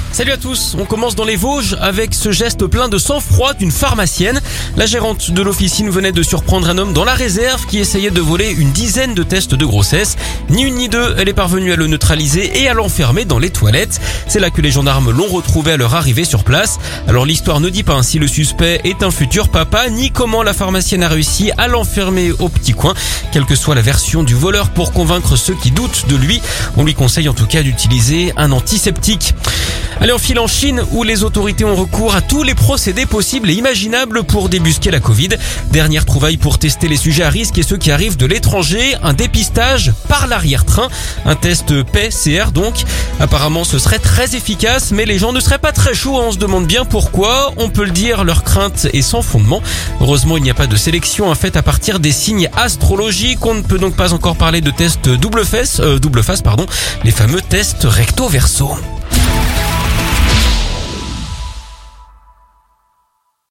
Salut à tous, on commence dans les Vosges avec ce geste plein de sang-froid d'une pharmacienne. La gérante de l'officine venait de surprendre un homme dans la réserve qui essayait de voler une dizaine de tests de grossesse. Ni une ni deux, elle est parvenue à le neutraliser et à l'enfermer dans les toilettes. C'est là que les gendarmes l'ont retrouvé à leur arrivée sur place. Alors l'histoire ne dit pas si le suspect est un futur papa, ni comment la pharmacienne a réussi à l'enfermer au petit coin. Quelle que soit la version du voleur, pour convaincre ceux qui doutent de lui, on lui conseille en tout cas d'utiliser un antiseptique. Allez, on file en Chine où les autorités ont recours à tous les procédés possibles et imaginables pour débusquer la Covid. Dernière trouvaille pour tester les sujets à risque et ceux qui arrivent de l'étranger, un dépistage par l'arrière-train, un test PCR donc. Apparemment ce serait très efficace, mais les gens ne seraient pas très chauds, on se demande bien pourquoi. On peut le dire, leur crainte est sans fondement. Heureusement, il n'y a pas de sélection faite à partir des signes astrologiques. On ne peut donc pas encore parler de tests double face, les fameux tests recto-verso.